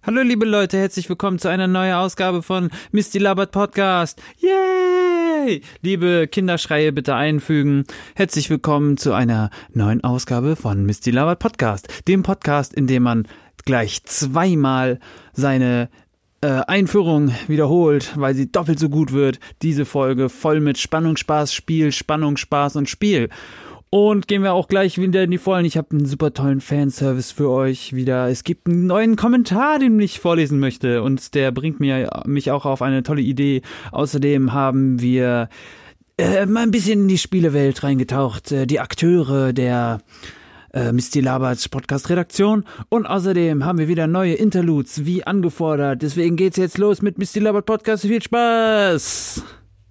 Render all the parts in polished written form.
Hallo liebe Leute, herzlich willkommen zu einer neuen Ausgabe von Misty Labert Podcast. Yay! Liebe Kinderschreie bitte einfügen. Herzlich willkommen zu einer neuen Ausgabe von Misty Labert Podcast. Dem Podcast, in dem man gleich zweimal seine Einführung wiederholt, weil sie doppelt so gut wird. Diese Folge voll mit Spannung, Spaß, Spiel, Spannung, Spaß und Spiel. Und gehen wir auch gleich wieder in die Vollen. Ich habe einen super tollen Fanservice für euch wieder. Es gibt einen neuen Kommentar, den ich vorlesen möchte. Und der bringt mich auch auf eine tolle Idee. Außerdem haben wir mal ein bisschen in die Spielewelt reingetaucht. Die Akteure der Misty Laberts Podcast-Redaktion. Und außerdem haben wir wieder neue Interludes, wie angefordert. Deswegen geht's jetzt los mit Misty Labert Podcast. Viel Spaß!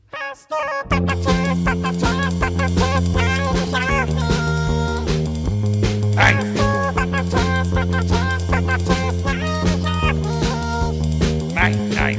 Nein.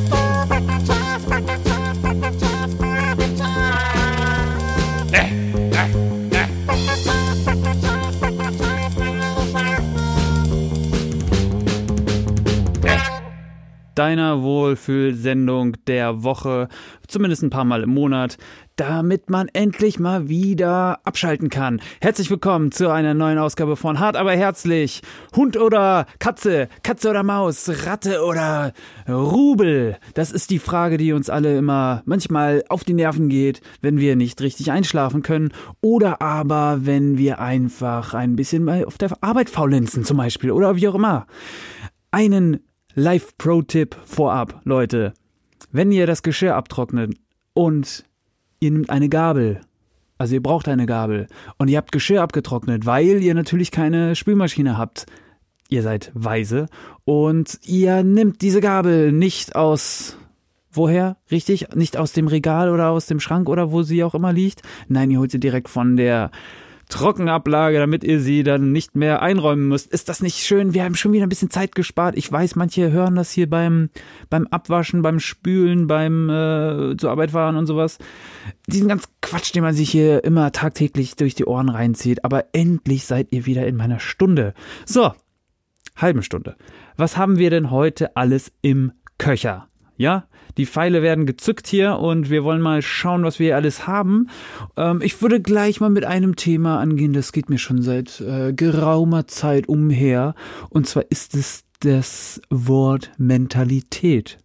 Deiner Wohlfühlsendung der Woche, zumindest ein paar Mal im Monat, damit man endlich mal wieder abschalten kann. Herzlich willkommen zu einer neuen Ausgabe von Hart aber herzlich. Hund oder Katze, Katze oder Maus, Ratte oder Rubel. Das ist die Frage, die uns alle immer manchmal auf die Nerven geht, wenn wir nicht richtig einschlafen können oder aber wenn wir einfach ein bisschen mal auf der Arbeit faulenzen zum Beispiel oder wie auch immer. Einen Live-Pro-Tipp vorab, Leute. Wenn ihr das Geschirr abtrocknet und ihr nehmt eine Gabel, also ihr braucht eine Gabel und ihr habt Geschirr abgetrocknet, weil ihr natürlich keine Spülmaschine habt, ihr seid weise und ihr nehmt diese Gabel nicht aus, woher? Richtig? Nicht aus dem Regal oder aus dem Schrank oder wo sie auch immer liegt. Nein, ihr holt sie direkt von der Trockenablage, damit ihr sie dann nicht mehr einräumen müsst. Ist das nicht schön? Wir haben schon wieder ein bisschen Zeit gespart. Ich weiß, manche hören das hier beim Abwaschen, beim Spülen, beim zur Arbeit fahren und sowas. Diesen ganzen Quatsch, den man sich hier immer tagtäglich durch die Ohren reinzieht. Aber endlich seid ihr wieder in meiner Stunde. So, halben Stunde. Was haben wir denn heute alles im Köcher? Ja, die Pfeile werden gezückt hier und wir wollen mal schauen, was wir hier alles haben. Ich würde gleich mal mit einem Thema angehen, das geht mir schon seit geraumer Zeit umher. Und zwar ist es das Wort Mentalität.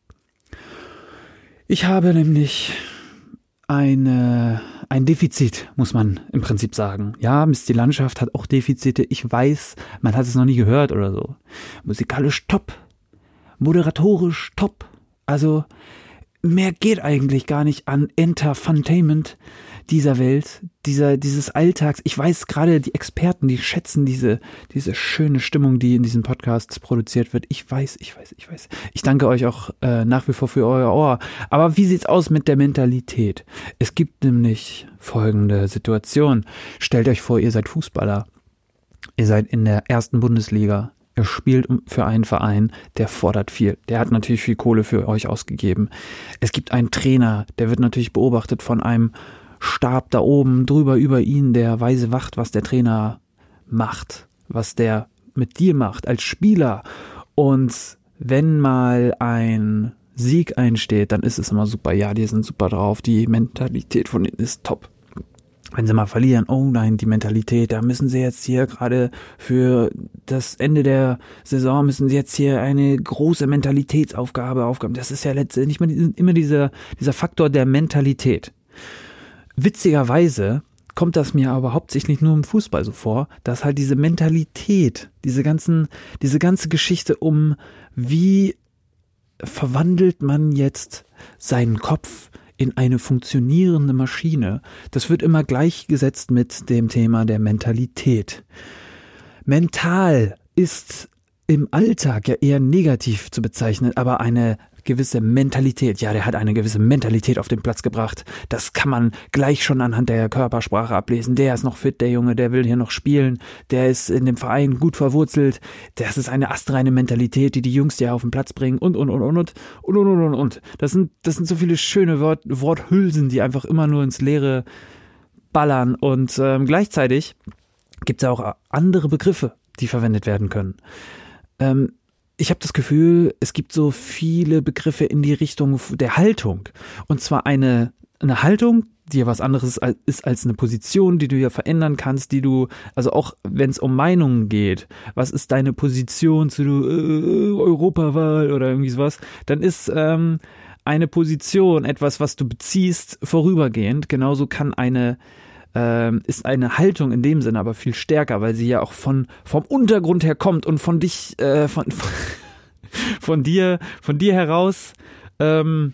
Ich habe nämlich ein Defizit, muss man im Prinzip sagen. Ja, Misty Landschaft hat auch Defizite. Ich weiß, man hat es noch nie gehört oder so. Musikalisch top, moderatorisch top. Also mehr geht eigentlich gar nicht an Entertainment dieser Welt, dieses Alltags. Ich weiß gerade, die Experten, die schätzen diese schöne Stimmung, die in diesem Podcast produziert wird. Ich weiß. Ich danke euch auch nach wie vor für euer Ohr. Aber wie sieht's aus mit der Mentalität? Es gibt nämlich folgende Situation. Stellt euch vor, ihr seid Fußballer. Ihr seid in der ersten Bundesliga. Er spielt für einen Verein, der fordert viel. Der hat natürlich viel Kohle für euch ausgegeben. Es gibt einen Trainer, der wird natürlich beobachtet von einem Stab da oben, drüber über ihn, der weise wacht, was der Trainer macht, was der mit dir macht als Spieler. Und wenn mal ein Sieg einsteht, dann ist es immer super. Ja, die sind super drauf, die Mentalität von denen ist top. Wenn sie mal verlieren, oh nein, die Mentalität, da müssen sie jetzt hier gerade für das Ende der Saison müssen sie jetzt hier eine große Mentalitätsaufgabe. Das ist ja letztendlich immer dieser Faktor der Mentalität. Witzigerweise kommt das mir aber hauptsächlich nur im Fußball so vor, dass halt diese Mentalität, diese ganze Geschichte um, wie verwandelt man jetzt seinen Kopf in eine funktionierende Maschine, das wird immer gleichgesetzt mit dem Thema der Mentalität. Mental ist im Alltag ja eher negativ zu bezeichnen, aber eine gewisse Mentalität, ja, der hat eine gewisse Mentalität auf den Platz gebracht. Das kann man gleich schon anhand der Körpersprache ablesen. Der ist noch fit, der Junge, der will hier noch spielen, der ist in dem Verein gut verwurzelt. Das ist eine astreine Mentalität, die Jungs ja auf den Platz bringen und. Das sind so viele schöne Worthülsen, die einfach immer nur ins Leere ballern und gleichzeitig gibt es auch andere Begriffe, die verwendet werden können. ich habe das Gefühl, es gibt so viele Begriffe in die Richtung der Haltung. Und zwar eine Haltung, die ja was anderes ist als eine Position, die du ja verändern kannst, also auch wenn es um Meinungen geht, was ist deine Position zu Europawahl oder irgendwie sowas, dann ist eine Position etwas, was du beziehst, vorübergehend. Genauso kann ist eine Haltung in dem Sinne aber viel stärker, weil sie ja auch vom Untergrund her kommt und von dich, von dir heraus, von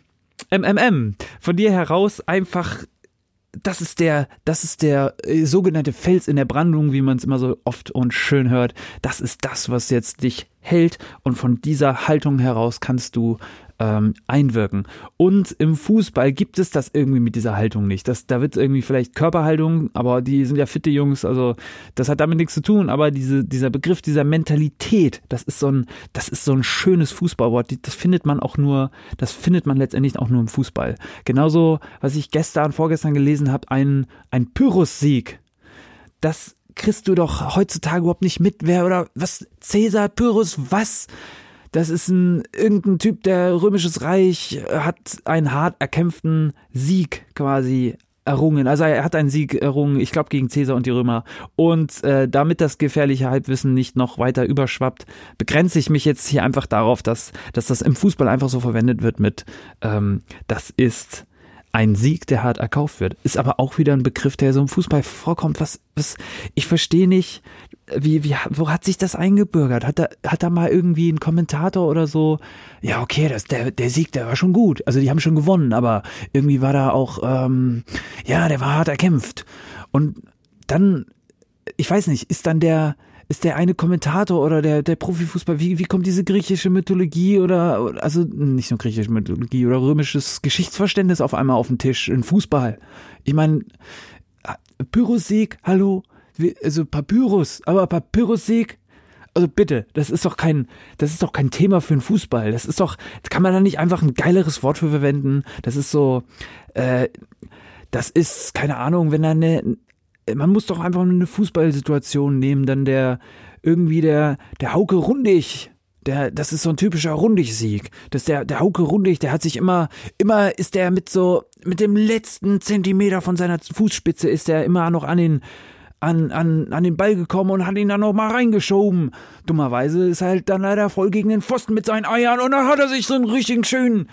dir heraus einfach, das ist der sogenannte Fels in der Brandung, wie man es immer so oft und schön hört. Das ist das, was jetzt dich hält, und von dieser Haltung heraus kannst du einwirken. Und im Fußball gibt es das irgendwie mit dieser Haltung nicht. Da wird irgendwie vielleicht Körperhaltung, aber die sind ja fitte Jungs, also das hat damit nichts zu tun, aber dieser Begriff dieser Mentalität, das ist so ein schönes Fußballwort, das findet man letztendlich auch nur im Fußball. Genauso, was ich vorgestern gelesen habe, ein Pyrrhus-Sieg, das kriegst du doch heutzutage überhaupt nicht mit, wer oder was, Cäsar, Pyrrhus, was? Das ist irgendein Typ, der Römisches Reich hat einen hart erkämpften Sieg quasi errungen. Also er hat einen Sieg errungen, ich glaube gegen Cäsar und die Römer. Und damit das gefährliche Halbwissen nicht noch weiter überschwappt, begrenze ich mich jetzt hier einfach darauf, dass das im Fußball einfach so verwendet wird das ist ein Sieg, der hart erkauft wird. Ist aber auch wieder ein Begriff, der so im Fußball vorkommt. Was ich verstehe nicht, wo hat sich das eingebürgert? Hat da mal irgendwie ein Kommentator oder so, ja okay, der Sieg, der war schon gut. Also die haben schon gewonnen, aber irgendwie war da auch, der war hart erkämpft. Und dann, ich weiß nicht, ist der eine Kommentator oder der Profifußball, wie kommt diese griechische Mythologie also nicht nur griechische Mythologie oder römisches Geschichtsverständnis auf einmal auf den Tisch in Fußball? Ich meine, Pyrrhus-Sieg, hallo? Also Papyrus-Sieg, also bitte, das ist doch kein Thema für den Fußball. Kann man da nicht einfach ein geileres Wort für verwenden? Das ist so, das ist, keine Ahnung, wenn da man muss doch einfach eine Fußballsituation nehmen, dann der Hauke Rundig, das ist so ein typischer Rundig-Sieg. Der Hauke Rundig, der hat sich immer ist der mit dem letzten Zentimeter von seiner Fußspitze ist der immer noch an den Ball gekommen und hat ihn dann noch mal reingeschoben. Dummerweise ist er halt dann leider voll gegen den Pfosten mit seinen Eiern und dann hat er sich so einen richtig schönen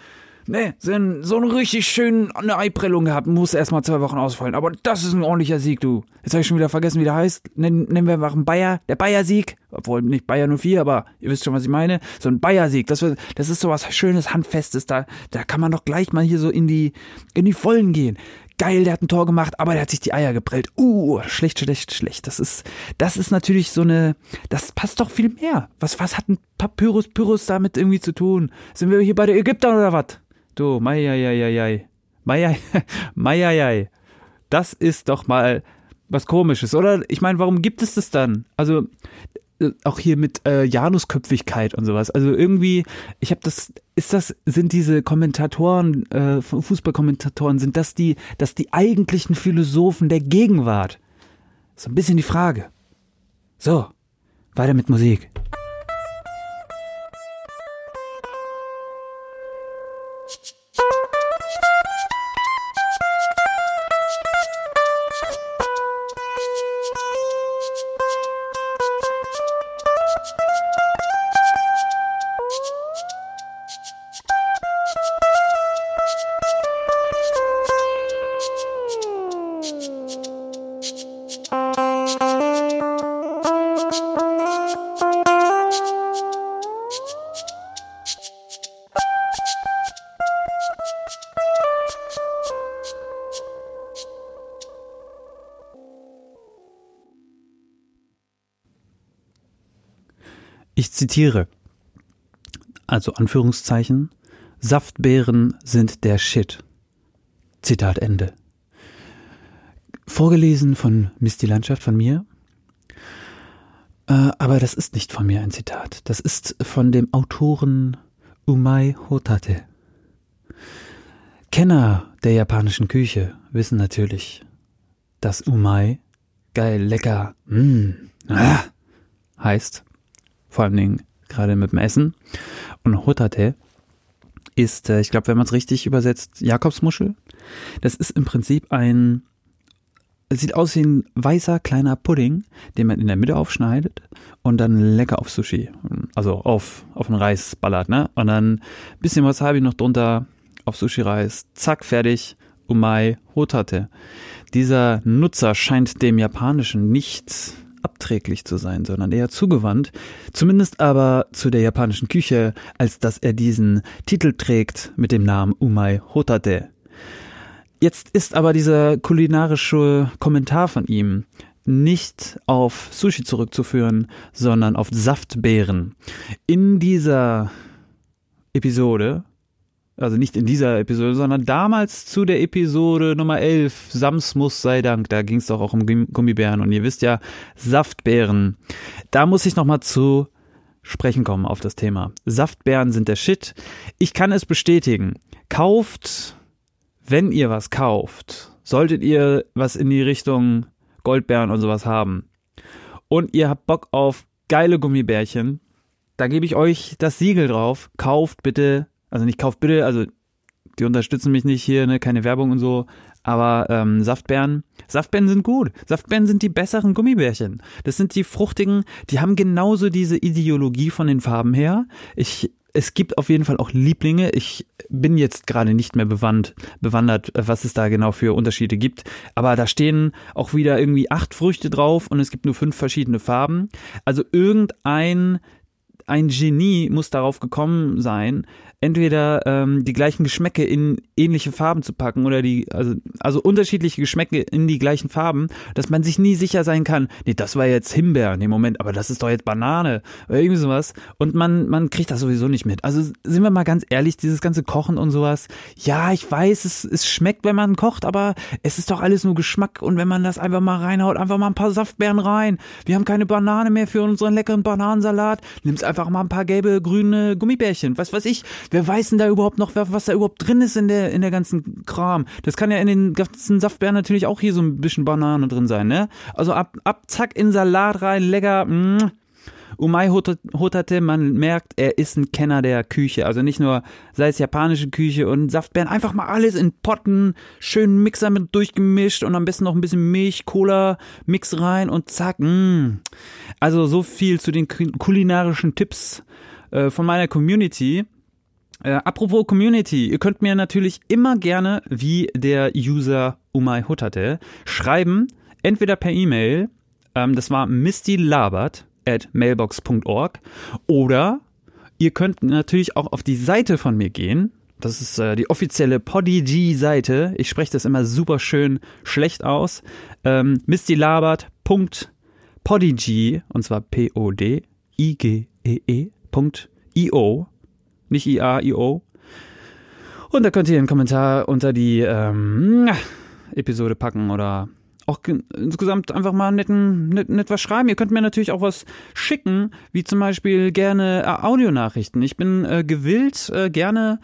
eine Eiprellung gehabt, muss erst mal 2 Wochen ausfallen. Aber das ist ein ordentlicher Sieg, du. Jetzt habe ich schon wieder vergessen, wie der heißt. Nennen wir einfach einen Bayer, der Bayer-Sieg. Obwohl nicht Bayer 04, aber ihr wisst schon, was ich meine. So ein Bayer-Sieg, das ist so was Schönes, Handfestes. Da kann man doch gleich mal hier so in die Vollen gehen. Geil, der hat ein Tor gemacht, aber der hat sich die Eier geprellt. Schlecht. Das ist natürlich das passt doch viel mehr. Was hat ein Pyrrhus damit irgendwie zu tun? Sind wir hier bei den Ägyptern oder was? Du, Meieieiei. Das ist doch mal was Komisches, oder? Ich meine, warum gibt es das dann? Also, auch hier mit Janusköpfigkeit und sowas. Also irgendwie, sind diese Kommentatoren, Fußballkommentatoren, sind das die eigentlichen Philosophen der Gegenwart? So ein bisschen die Frage. So, weiter mit Musik. Ich zitiere, also Anführungszeichen, Saftbeeren sind der Shit. Zitat Ende. Vorgelesen von Misty Landschaft, von mir. Aber das ist nicht von mir ein Zitat. Das ist von dem Autoren Umai Hotate. Kenner der japanischen Küche wissen natürlich, dass Umai, geil, lecker, heißt, vor allen Dingen gerade mit dem Essen. Und Hotate ist, ich glaube, wenn man es richtig übersetzt, Jakobsmuschel. Das ist im Prinzip es sieht aus wie ein weißer kleiner Pudding, den man in der Mitte aufschneidet und dann lecker auf Sushi, also auf den Reis ballert, ne? Und dann ein bisschen Wasabi noch drunter auf Sushi-Reis, zack, fertig, Umai Hotate. Dieser Nutzer scheint dem Japanischen nicht abträglich zu sein, sondern eher zugewandt, zumindest aber zu der japanischen Küche, als dass er diesen Titel trägt mit dem Namen Umai Hotate. Jetzt ist aber dieser kulinarische Kommentar von ihm nicht auf Sushi zurückzuführen, sondern auf Saftbeeren. In dieser Episode, also nicht in dieser Episode, sondern damals zu der Episode Nummer 11, Sams muss sei Dank, da ging es doch auch um Gummibären und ihr wisst ja, Saftbeeren. Da muss ich nochmal zu sprechen kommen auf das Thema. Saftbeeren sind der Shit. Ich kann es bestätigen. Wenn ihr was kauft, solltet ihr was in die Richtung Goldbeeren und sowas haben und ihr habt Bock auf geile Gummibärchen, da gebe ich euch das Siegel drauf. Kauft bitte, also nicht kauft bitte, also die unterstützen mich nicht hier, ne, keine Werbung und so, aber Saftbeeren sind gut. Saftbeeren sind die besseren Gummibärchen. Das sind die fruchtigen, die haben genauso diese Ideologie von den Farben her. Es gibt auf jeden Fall auch Lieblinge. Ich bin jetzt gerade nicht mehr bewandert, was es da genau für Unterschiede gibt. Aber da stehen auch wieder irgendwie 8 Früchte drauf und es gibt nur 5 verschiedene Farben. Also irgendein Genie muss darauf gekommen sein, entweder die gleichen Geschmäcke in ähnliche Farben zu packen oder also unterschiedliche Geschmäcke in die gleichen Farben, dass man sich nie sicher sein kann, nee, das war jetzt Himbeer, nee, Moment, aber das ist doch jetzt Banane oder irgendwie sowas und man kriegt das sowieso nicht mit. Also sind wir mal ganz ehrlich, dieses ganze Kochen und sowas, ja, ich weiß, es schmeckt, wenn man kocht, aber es ist doch alles nur Geschmack und wenn man das einfach mal reinhaut, einfach mal ein paar Saftbeeren rein, wir haben keine Banane mehr für unseren leckeren Bananensalat, nimmst einfach mal ein paar gelbe, grüne Gummibärchen, was weiß ich. Wer weiß denn da überhaupt noch, was da überhaupt drin ist in der ganzen Kram? Das kann ja in den ganzen Saftbeeren natürlich auch hier so ein bisschen Banane drin sein, ne? Also ab zack, in Salat rein, lecker, Umai Hotate, man merkt, er ist ein Kenner der Küche. Also nicht nur, sei es japanische Küche und Saftbeeren, einfach mal alles in Potten, schön Mixer mit durchgemischt und am besten noch ein bisschen Milch, Cola, Mix rein und zack, Also so viel zu den kulinarischen Tipps von meiner Community. Apropos Community, ihr könnt mir natürlich immer gerne, wie der User Umai Hotate, schreiben, entweder per E-Mail, das war mistylabert@mailbox.org, oder ihr könnt natürlich auch auf die Seite von mir gehen. Das ist die offizielle Podigy-Seite. Ich spreche das immer super schön schlecht aus. mistylabert.podigy, und zwar PODIGEE.io, nicht IA.io. Und da könnt ihr einen Kommentar unter die Episode packen oder auch insgesamt einfach mal nett was schreiben. Ihr könnt mir natürlich auch was schicken, wie zum Beispiel gerne Audionachrichten. Ich bin gewillt, gerne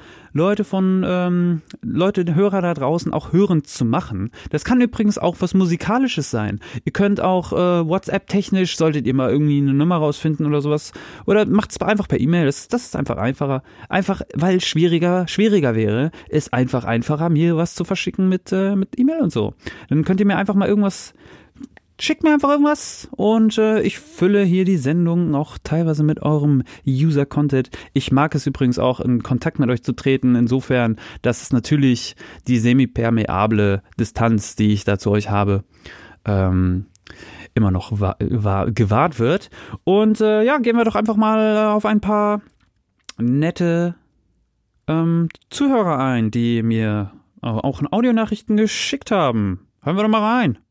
Hörer da draußen auch hörend zu machen. Das kann übrigens auch was Musikalisches sein. Ihr könnt auch WhatsApp-technisch, solltet ihr mal irgendwie eine Nummer rausfinden oder sowas, oder macht es einfach per E-Mail. Das ist einfach einfacher. Einfach, weil es schwieriger wäre, ist einfach einfacher, mir was zu verschicken mit E-Mail und so. Dann könnt ihr mir einfach mal schickt mir einfach irgendwas und ich fülle hier die Sendung auch teilweise mit eurem User-Content. Ich mag es übrigens auch, in Kontakt mit euch zu treten, insofern, dass es natürlich die semipermeable Distanz, die ich da zu euch habe, immer noch gewahrt wird. Und gehen wir doch einfach mal auf ein paar nette Zuhörer ein, die mir auch Audionachrichten geschickt haben. Hören wir doch mal rein.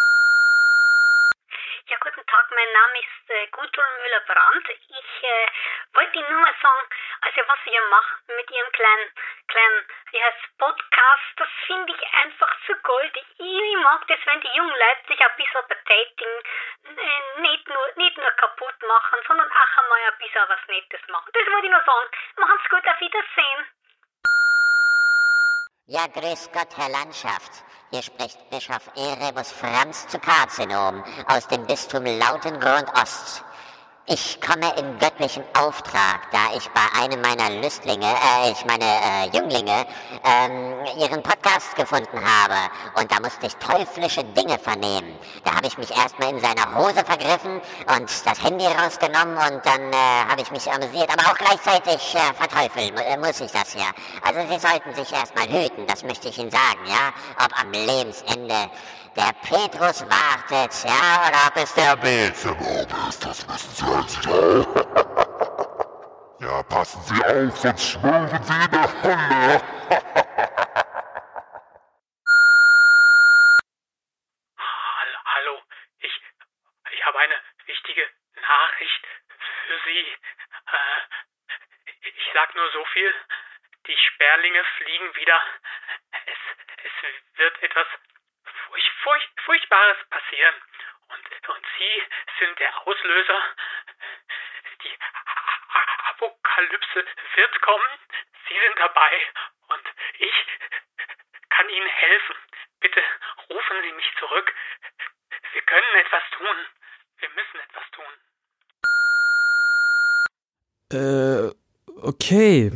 Ja, guten Tag, mein Name ist Gudrun Müller-Brandt. Ich wollte Ihnen nur mal sagen, also was ihr macht mit Ihrem kleinen wie heißt Podcast, das finde ich einfach so goldig. Ich mag das, wenn die jungen Leute sich ein bisschen betätigen, nicht nur kaputt machen, sondern auch einmal ein bisschen was Nettes machen. Das wollte ich nur sagen. Machen's gut, auf Wiedersehen. Ja, grüß Gott, Herr Landschaft. Hier spricht Bischof Erebus Franz zu Karzinom aus dem Bistum Lautengrund Ost. Ich komme im göttlichen Auftrag, da ich bei einem meiner Jünglinge, ihren Podcast gefunden habe. Und da musste ich teuflische Dinge vernehmen. Da habe ich mich erstmal in seiner Hose vergriffen und das Handy rausgenommen und dann habe ich mich amüsiert. Aber auch gleichzeitig verteufeln muss ich das ja. Also Sie sollten sich erstmal hüten, das möchte ich Ihnen sagen, ja. Ob am Lebensende der Petrus wartet, ja, oder ob es der Beelzebub ist, das wissen Sie also auch. Ja, passen Sie auf, sonst schwören Sie in der Hölle. Hallo, ich habe eine wichtige Nachricht für Sie. Ich sag nur so viel, die Sperlinge fliegen wieder. Es wird etwas Furchtbares passieren. Und Sie sind der Auslöser. Die Apokalypse wird kommen. Sie sind dabei. Und ich kann Ihnen helfen. Bitte rufen Sie mich zurück. Wir können etwas tun. Wir müssen etwas tun. Okay.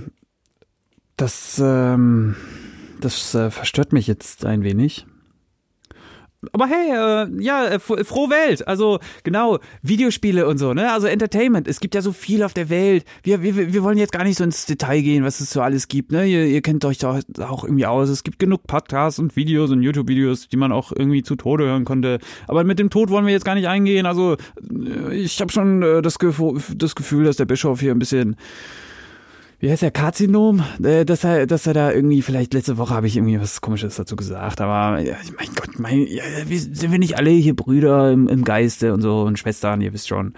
Das verstört mich jetzt ein wenig. Aber hey, frohe Welt. Also genau, Videospiele und so, ne? Also Entertainment. Es gibt ja so viel auf der Welt. Wir wollen jetzt gar nicht so ins Detail gehen, was es so alles gibt, ne? Ihr kennt euch da auch irgendwie aus. Es gibt genug Podcasts und Videos und YouTube-Videos, die man auch irgendwie zu Tode hören konnte. Aber mit dem Tod wollen wir jetzt gar nicht eingehen. Also ich habe schon das Gefühl, dass der Bischof hier ein bisschen... Wie heißt der? Karzinom? Dass er da irgendwie, vielleicht letzte Woche habe ich irgendwie was Komisches dazu gesagt, aber mein Gott, sind wir nicht alle hier Brüder im Geiste und so und Schwestern, ihr wisst schon.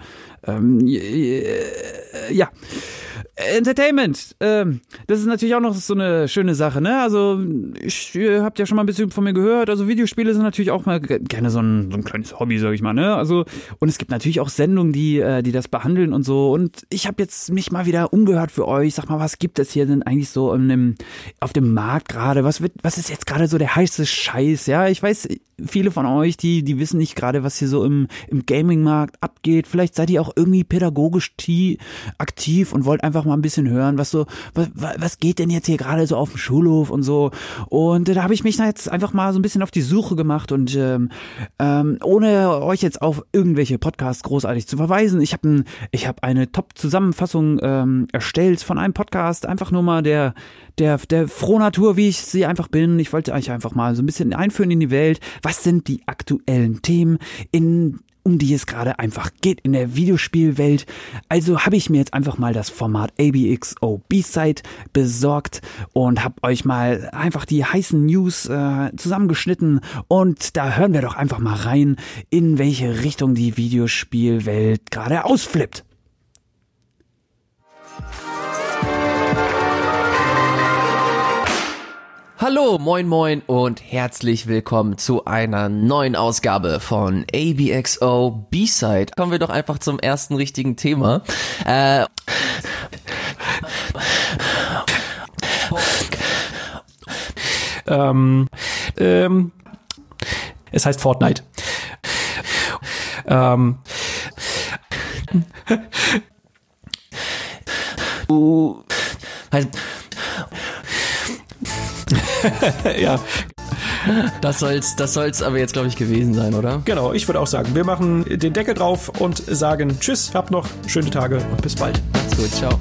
Ja. Entertainment, das ist natürlich auch noch so eine schöne Sache, ne? Also, ihr habt ja schon mal ein bisschen von mir gehört, also Videospiele sind natürlich auch mal gerne so ein kleines Hobby, sag ich mal, ne? Also, und es gibt natürlich auch Sendungen, die das behandeln und so, und ich habe jetzt mich mal wieder umgehört für euch, sag mal, was gibt es hier denn eigentlich so auf dem Markt gerade, was ist jetzt gerade so der heiße Scheiß, ja? Ich weiß, viele von euch, die wissen nicht gerade, was hier so im Gaming-Markt abgeht, vielleicht seid ihr auch irgendwie pädagogisch aktiv und wollt einfach mal ein bisschen hören, was geht denn jetzt hier gerade so auf dem Schulhof und so. Und da habe ich mich jetzt einfach mal so ein bisschen auf die Suche gemacht und ohne euch jetzt auf irgendwelche Podcasts großartig zu verweisen, ich habe eine Top-Zusammenfassung erstellt von einem Podcast, einfach nur mal der Frohnatur, wie ich sie einfach bin. Ich wollte euch einfach mal so ein bisschen einführen in die Welt. Was sind die aktuellen Themen, um die es gerade einfach geht in der Videospielwelt? Also habe ich mir jetzt einfach mal das Format ABXO B-Side besorgt und habe euch mal einfach die heißen News zusammengeschnitten, und da hören wir doch einfach mal rein, in welche Richtung die Videospielwelt gerade ausflippt. Hallo, moin moin und herzlich willkommen zu einer neuen Ausgabe von ABXO B-Side. Kommen wir doch einfach zum ersten richtigen Thema. Es heißt Fortnite. Ja. Das soll's aber jetzt, glaube ich, gewesen sein, oder? Genau, ich würde auch sagen, wir machen den Deckel drauf und sagen Tschüss, habt noch schöne Tage und bis bald. Macht's gut, ciao.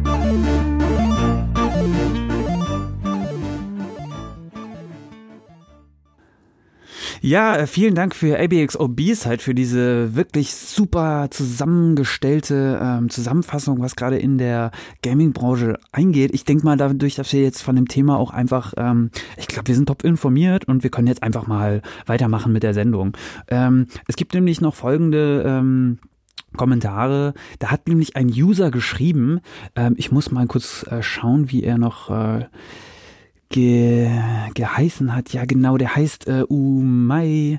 Ja, vielen Dank für ABXO B-Side, für diese wirklich super zusammengestellte Zusammenfassung, was gerade in der Gaming-Branche eingeht. Ich denke mal, dadurch, dass wir jetzt von dem Thema auch einfach, ich glaube, wir sind top informiert und wir können jetzt einfach mal weitermachen mit der Sendung. Es gibt nämlich noch folgende Kommentare. Da hat nämlich ein User geschrieben, ich muss mal kurz schauen, wie er noch geheißen hat. Ja, genau, der heißt Umaiho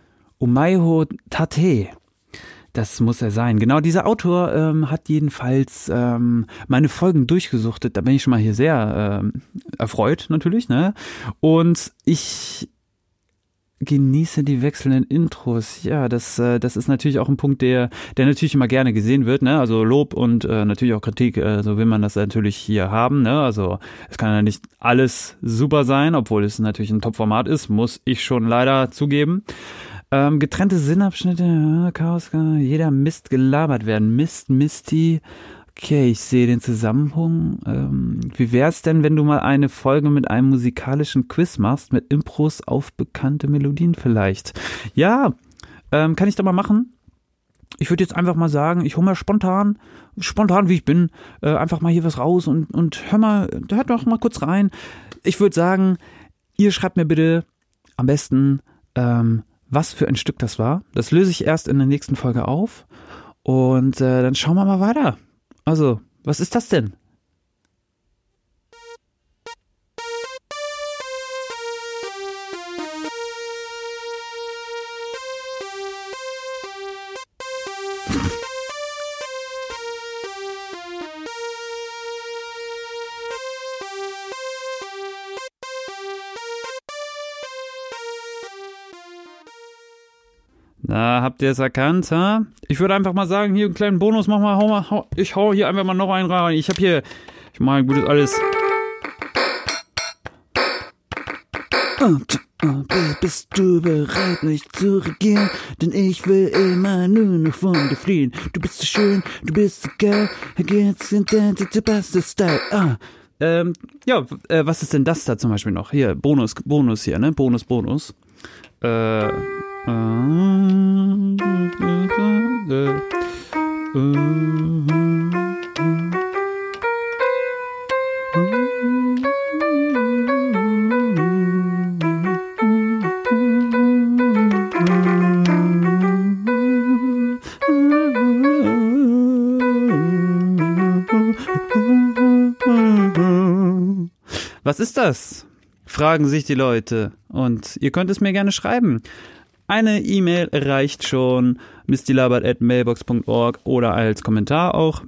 Tate. Das muss er sein. Genau, dieser Autor hat jedenfalls meine Folgen durchgesuchtet. Da bin ich schon mal hier sehr erfreut, natürlich, ne? Und genieße die wechselnden Intros. Ja, das ist natürlich auch ein Punkt, der natürlich immer gerne gesehen wird, ne? Also Lob und natürlich auch Kritik, so will man das natürlich hier haben, ne? Also es kann ja nicht alles super sein, obwohl es natürlich ein Top-Format ist, muss ich schon leider zugeben. Getrennte Sinnabschnitte, Chaos, jeder Mist gelabert werden. Misty. Okay, ich sehe den Zusammenhang. Wie wär's denn, wenn du mal eine Folge mit einem musikalischen Quiz machst, mit Impros auf bekannte Melodien vielleicht? Ja, kann ich da mal machen. Ich würde jetzt einfach mal sagen, ich hole mal spontan wie ich bin, einfach mal hier was raus und hört doch mal kurz rein. Ich würde sagen, ihr schreibt mir bitte am besten, was für ein Stück das war. Das löse ich erst in der nächsten Folge auf und dann schauen wir mal weiter. Also, was ist das denn? Na, habt ihr es erkannt, ha? Ich würde einfach mal sagen, hier einen kleinen Bonus, ich hau hier einfach mal noch einen rein. Ich mache gutes alles. Bist du bereit, mich zu regieren? Denn ich will immer nur noch von dir fliehen. Du bist so schön, du bist so geil. Jetzt sind der beste Style. Was ist denn das da zum Beispiel noch? Hier, Bonus hier, ne? Bonus. Was ist das? Fragen sich die Leute. Und ihr könnt es mir gerne schreiben. Eine E-Mail reicht schon, mistylabert@mailbox.org oder als Kommentar auch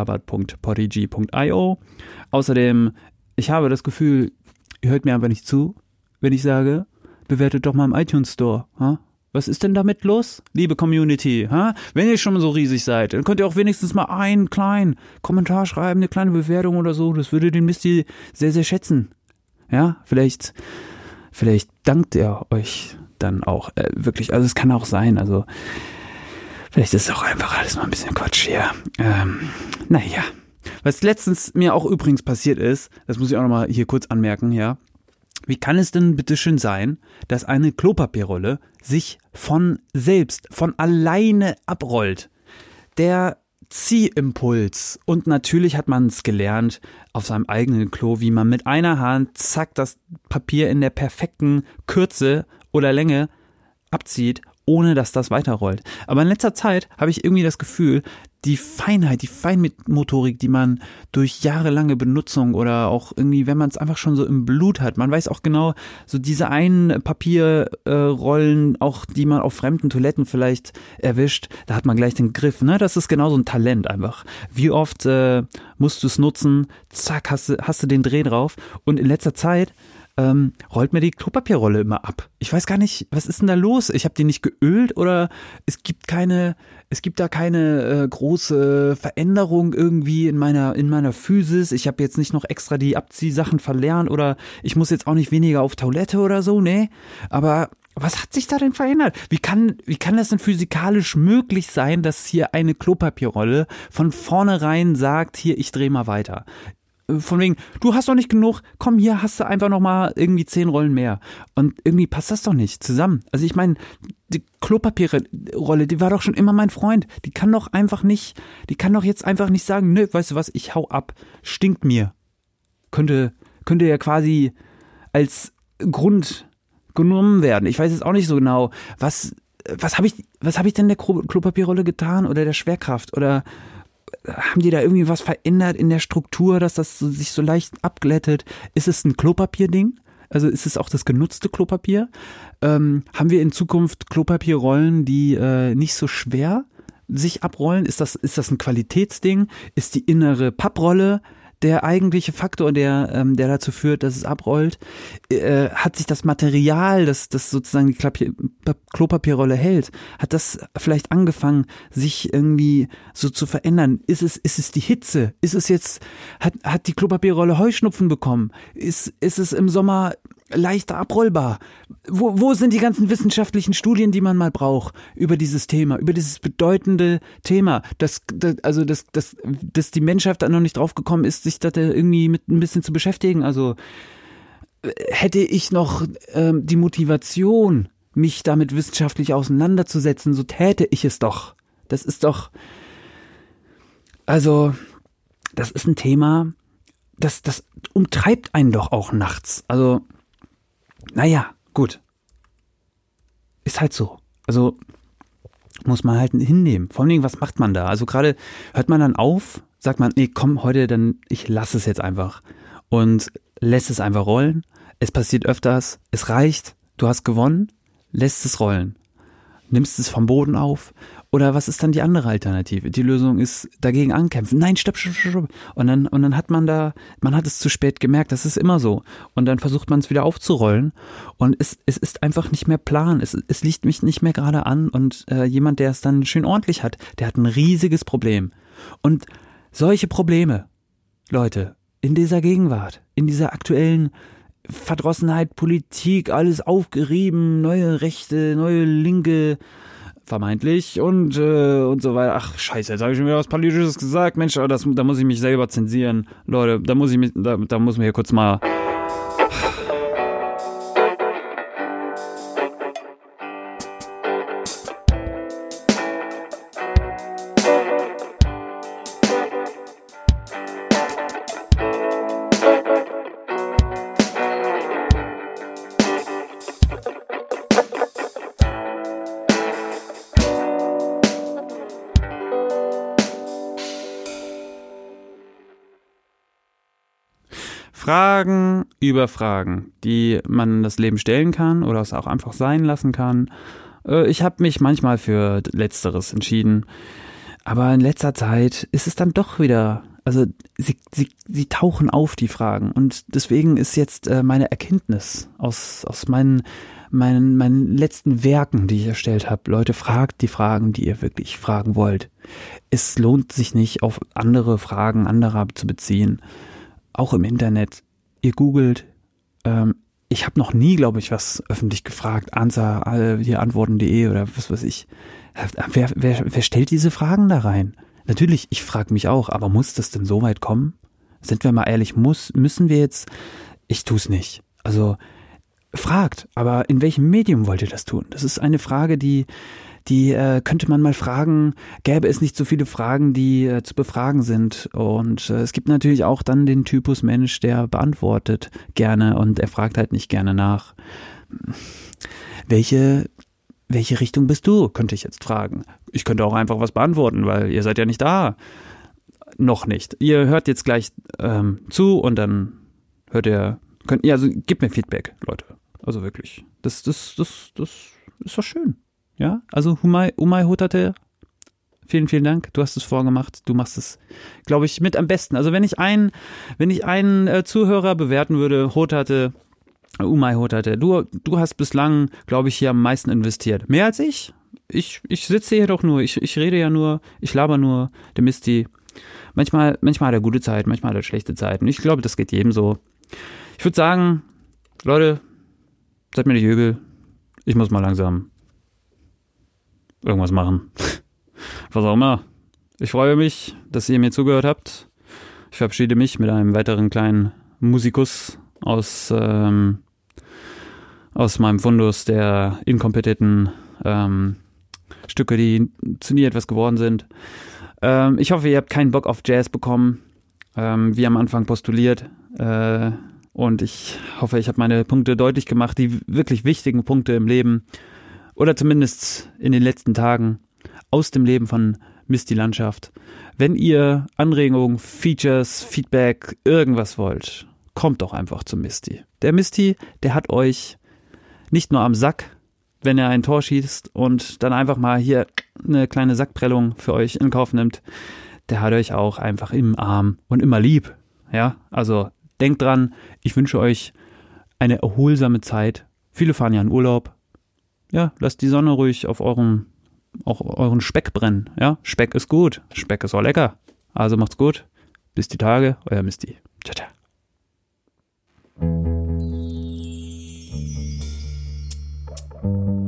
mistylabert.podigy.io. Außerdem, ich habe das Gefühl, ihr hört mir einfach nicht zu, wenn ich sage, bewertet doch mal im iTunes Store. Ha? Was ist denn damit los, liebe Community? Ha? Wenn ihr schon so riesig seid, dann könnt ihr auch wenigstens mal einen kleinen Kommentar schreiben, eine kleine Bewertung oder so. Das würde den Misty sehr, sehr schätzen. Ja, vielleicht dankt er euch dann auch wirklich, also es kann auch sein, also vielleicht ist es auch einfach alles mal ein bisschen Quatsch hier. Naja, was letztens mir auch übrigens passiert ist, das muss ich auch nochmal hier kurz anmerken, ja, wie kann es denn bitteschön sein, dass eine Klopapierrolle sich von alleine abrollt? Der Ziehimpuls. Und natürlich hat man es gelernt auf seinem eigenen Klo, wie man mit einer Hand, zack, das Papier in der perfekten Kürze oder Länge abzieht, ohne dass das weiterrollt. Aber in letzter Zeit habe ich irgendwie das Gefühl, die Feinheit, die Feinmotorik, die man durch jahrelange Benutzung oder auch irgendwie, wenn man es einfach schon so im Blut hat, man weiß auch genau, so diese einen Papierrollen, auch die man auf fremden Toiletten vielleicht erwischt, da hat man gleich den Griff, ne? Das ist genau so ein Talent einfach. Wie oft musst du es nutzen, zack, hast du den Dreh drauf und in letzter Zeit rollt mir die Klopapierrolle immer ab. Ich weiß gar nicht, was ist denn da los? Ich habe die nicht geölt oder es gibt da keine große Veränderung irgendwie in meiner Physis. Ich habe jetzt nicht noch extra die Abziehsachen verlernt oder ich muss jetzt auch nicht weniger auf Toilette oder so, ne? Aber was hat sich da denn verändert? Wie kann das denn physikalisch möglich sein, dass hier eine Klopapierrolle von vornherein sagt, hier, ich drehe mal weiter? Von wegen, du hast doch nicht genug, komm, hier hast du einfach noch mal irgendwie 10 Rollen mehr. Und irgendwie passt das doch nicht zusammen. Also ich meine, die Klopapierrolle, die war doch schon immer mein Freund. Die kann doch jetzt einfach nicht sagen, nö, weißt du was, ich hau ab, stinkt mir. Könnte ja quasi als Grund genommen werden. Ich weiß jetzt auch nicht so genau, was habe ich denn der Klopapierrolle getan oder der Schwerkraft oder haben die da irgendwie was verändert in der Struktur, dass das sich so leicht abglättet? Ist es ein Klopapierding? Also ist es auch das genutzte Klopapier? Haben wir in Zukunft Klopapierrollen, die nicht so schwer sich abrollen? Ist das ein Qualitätsding? Ist die innere Papprolle der eigentliche Faktor, der dazu führt, dass es abrollt, hat sich das Material, das sozusagen die Klopapierrolle hält, hat das vielleicht angefangen, sich irgendwie so zu verändern? Ist es die Hitze? Ist es jetzt, hat die Klopapierrolle Heuschnupfen bekommen? Ist es im Sommer leichter aprollbar? Wo sind die ganzen wissenschaftlichen Studien, die man mal braucht über dieses Thema, über dieses bedeutende Thema, dass die Menschheit da noch nicht drauf gekommen ist, sich da irgendwie mit ein bisschen zu beschäftigen? Also hätte ich noch die Motivation, mich damit wissenschaftlich auseinanderzusetzen, so täte ich es doch. Das ist ein Thema, das umtreibt einen doch auch nachts. Also naja, gut. Ist halt so. Also muss man halt hinnehmen. Vor allen Dingen, was macht man da? Also gerade hört man dann auf, sagt man, nee, komm, heute, dann ich lasse es jetzt einfach. Und lässt es einfach rollen. Es passiert öfters, es reicht, du hast gewonnen, lässt es rollen. Nimmst es vom Boden auf. Oder was ist dann die andere Alternative? Die Lösung ist dagegen ankämpfen. Nein, stopp. Und dann hat man hat es zu spät gemerkt, das ist immer so. Und dann versucht man es wieder aufzurollen. Und es ist einfach nicht mehr Plan. Es liegt mich nicht mehr gerade an. Und jemand, der es dann schön ordentlich hat, der hat ein riesiges Problem. Und solche Probleme, Leute, in dieser Gegenwart, in dieser aktuellen Verdrossenheit, Politik, alles aufgerieben, neue Rechte, neue Linke, vermeintlich und so weiter. Ach, scheiße, jetzt habe ich schon wieder was Politisches gesagt. Mensch, aber da muss ich mich selber zensieren. Leute, da muss man hier kurz mal... Fragen über Fragen, die man das Leben stellen kann oder es auch einfach sein lassen kann. Ich habe mich manchmal für Letzteres entschieden, aber in letzter Zeit ist es dann doch wieder, also sie tauchen auf, die Fragen, und deswegen ist jetzt meine Erkenntnis aus meinen letzten Werken, die ich erstellt habe: Leute, fragt die Fragen, die ihr wirklich fragen wollt. Es lohnt sich nicht, auf andere Fragen anderer zu beziehen. Auch im Internet. Ihr googelt. Ich habe noch nie, glaube ich, was öffentlich gefragt. Antworten.de oder was weiß ich. Wer stellt diese Fragen da rein? Natürlich, ich frage mich auch, aber muss das denn so weit kommen? Sind wir mal ehrlich, müssen wir jetzt? Ich tue es nicht. Also fragt, aber in welchem Medium wollt ihr das tun? Das ist eine Frage, die könnte man mal fragen, gäbe es nicht so viele Fragen, die zu befragen sind. Und es gibt natürlich auch dann den Typus Mensch, der beantwortet gerne und er fragt halt nicht gerne nach. Welche Richtung bist du, könnte ich jetzt fragen. Ich könnte auch einfach was beantworten, weil ihr seid ja nicht da. Noch nicht. Ihr hört jetzt gleich zu und dann also gebt mir Feedback, Leute. Also wirklich. Das ist doch schön. Ja, also Umay Hotate, vielen, vielen Dank. Du hast es vorgemacht. Du machst es, glaube ich, mit am besten. Also wenn ich einen Zuhörer bewerten würde, Umay Hotate, du hast bislang, glaube ich, hier am meisten investiert. Mehr als ich. Ich sitze hier doch nur. Ich rede ja nur. Ich laber nur. Der Misty. Manchmal hat er gute Zeiten, manchmal hat er schlechte Zeiten. Ich glaube, das geht jedem so. Ich würde sagen, Leute, seid mir nicht übel. Ich muss mal langsam irgendwas machen. Was auch immer. Ich freue mich, dass ihr mir zugehört habt. Ich verabschiede mich mit einem weiteren kleinen Musikus aus meinem Fundus der inkompetenten Stücke, die zu nie etwas geworden sind. Ich hoffe, ihr habt keinen Bock auf Jazz bekommen, wie am Anfang postuliert. Und ich hoffe, ich habe meine Punkte deutlich gemacht, die wirklich wichtigen Punkte im Leben. Oder zumindest in den letzten Tagen aus dem Leben von Misty Landschaft. Wenn ihr Anregungen, Features, Feedback, irgendwas wollt, kommt doch einfach zu Misty. Der Misty, der hat euch nicht nur am Sack, wenn er ein Tor schießt und dann einfach mal hier eine kleine Sackprellung für euch in Kauf nimmt, der hat euch auch einfach im Arm und immer lieb. Ja, also denkt dran, ich wünsche euch eine erholsame Zeit. Viele fahren ja in Urlaub. Ja, lasst die Sonne ruhig auf euren Speck brennen. Ja, Speck ist gut. Speck ist auch lecker. Also macht's gut. Bis die Tage. Euer Misty. Ciao, ciao.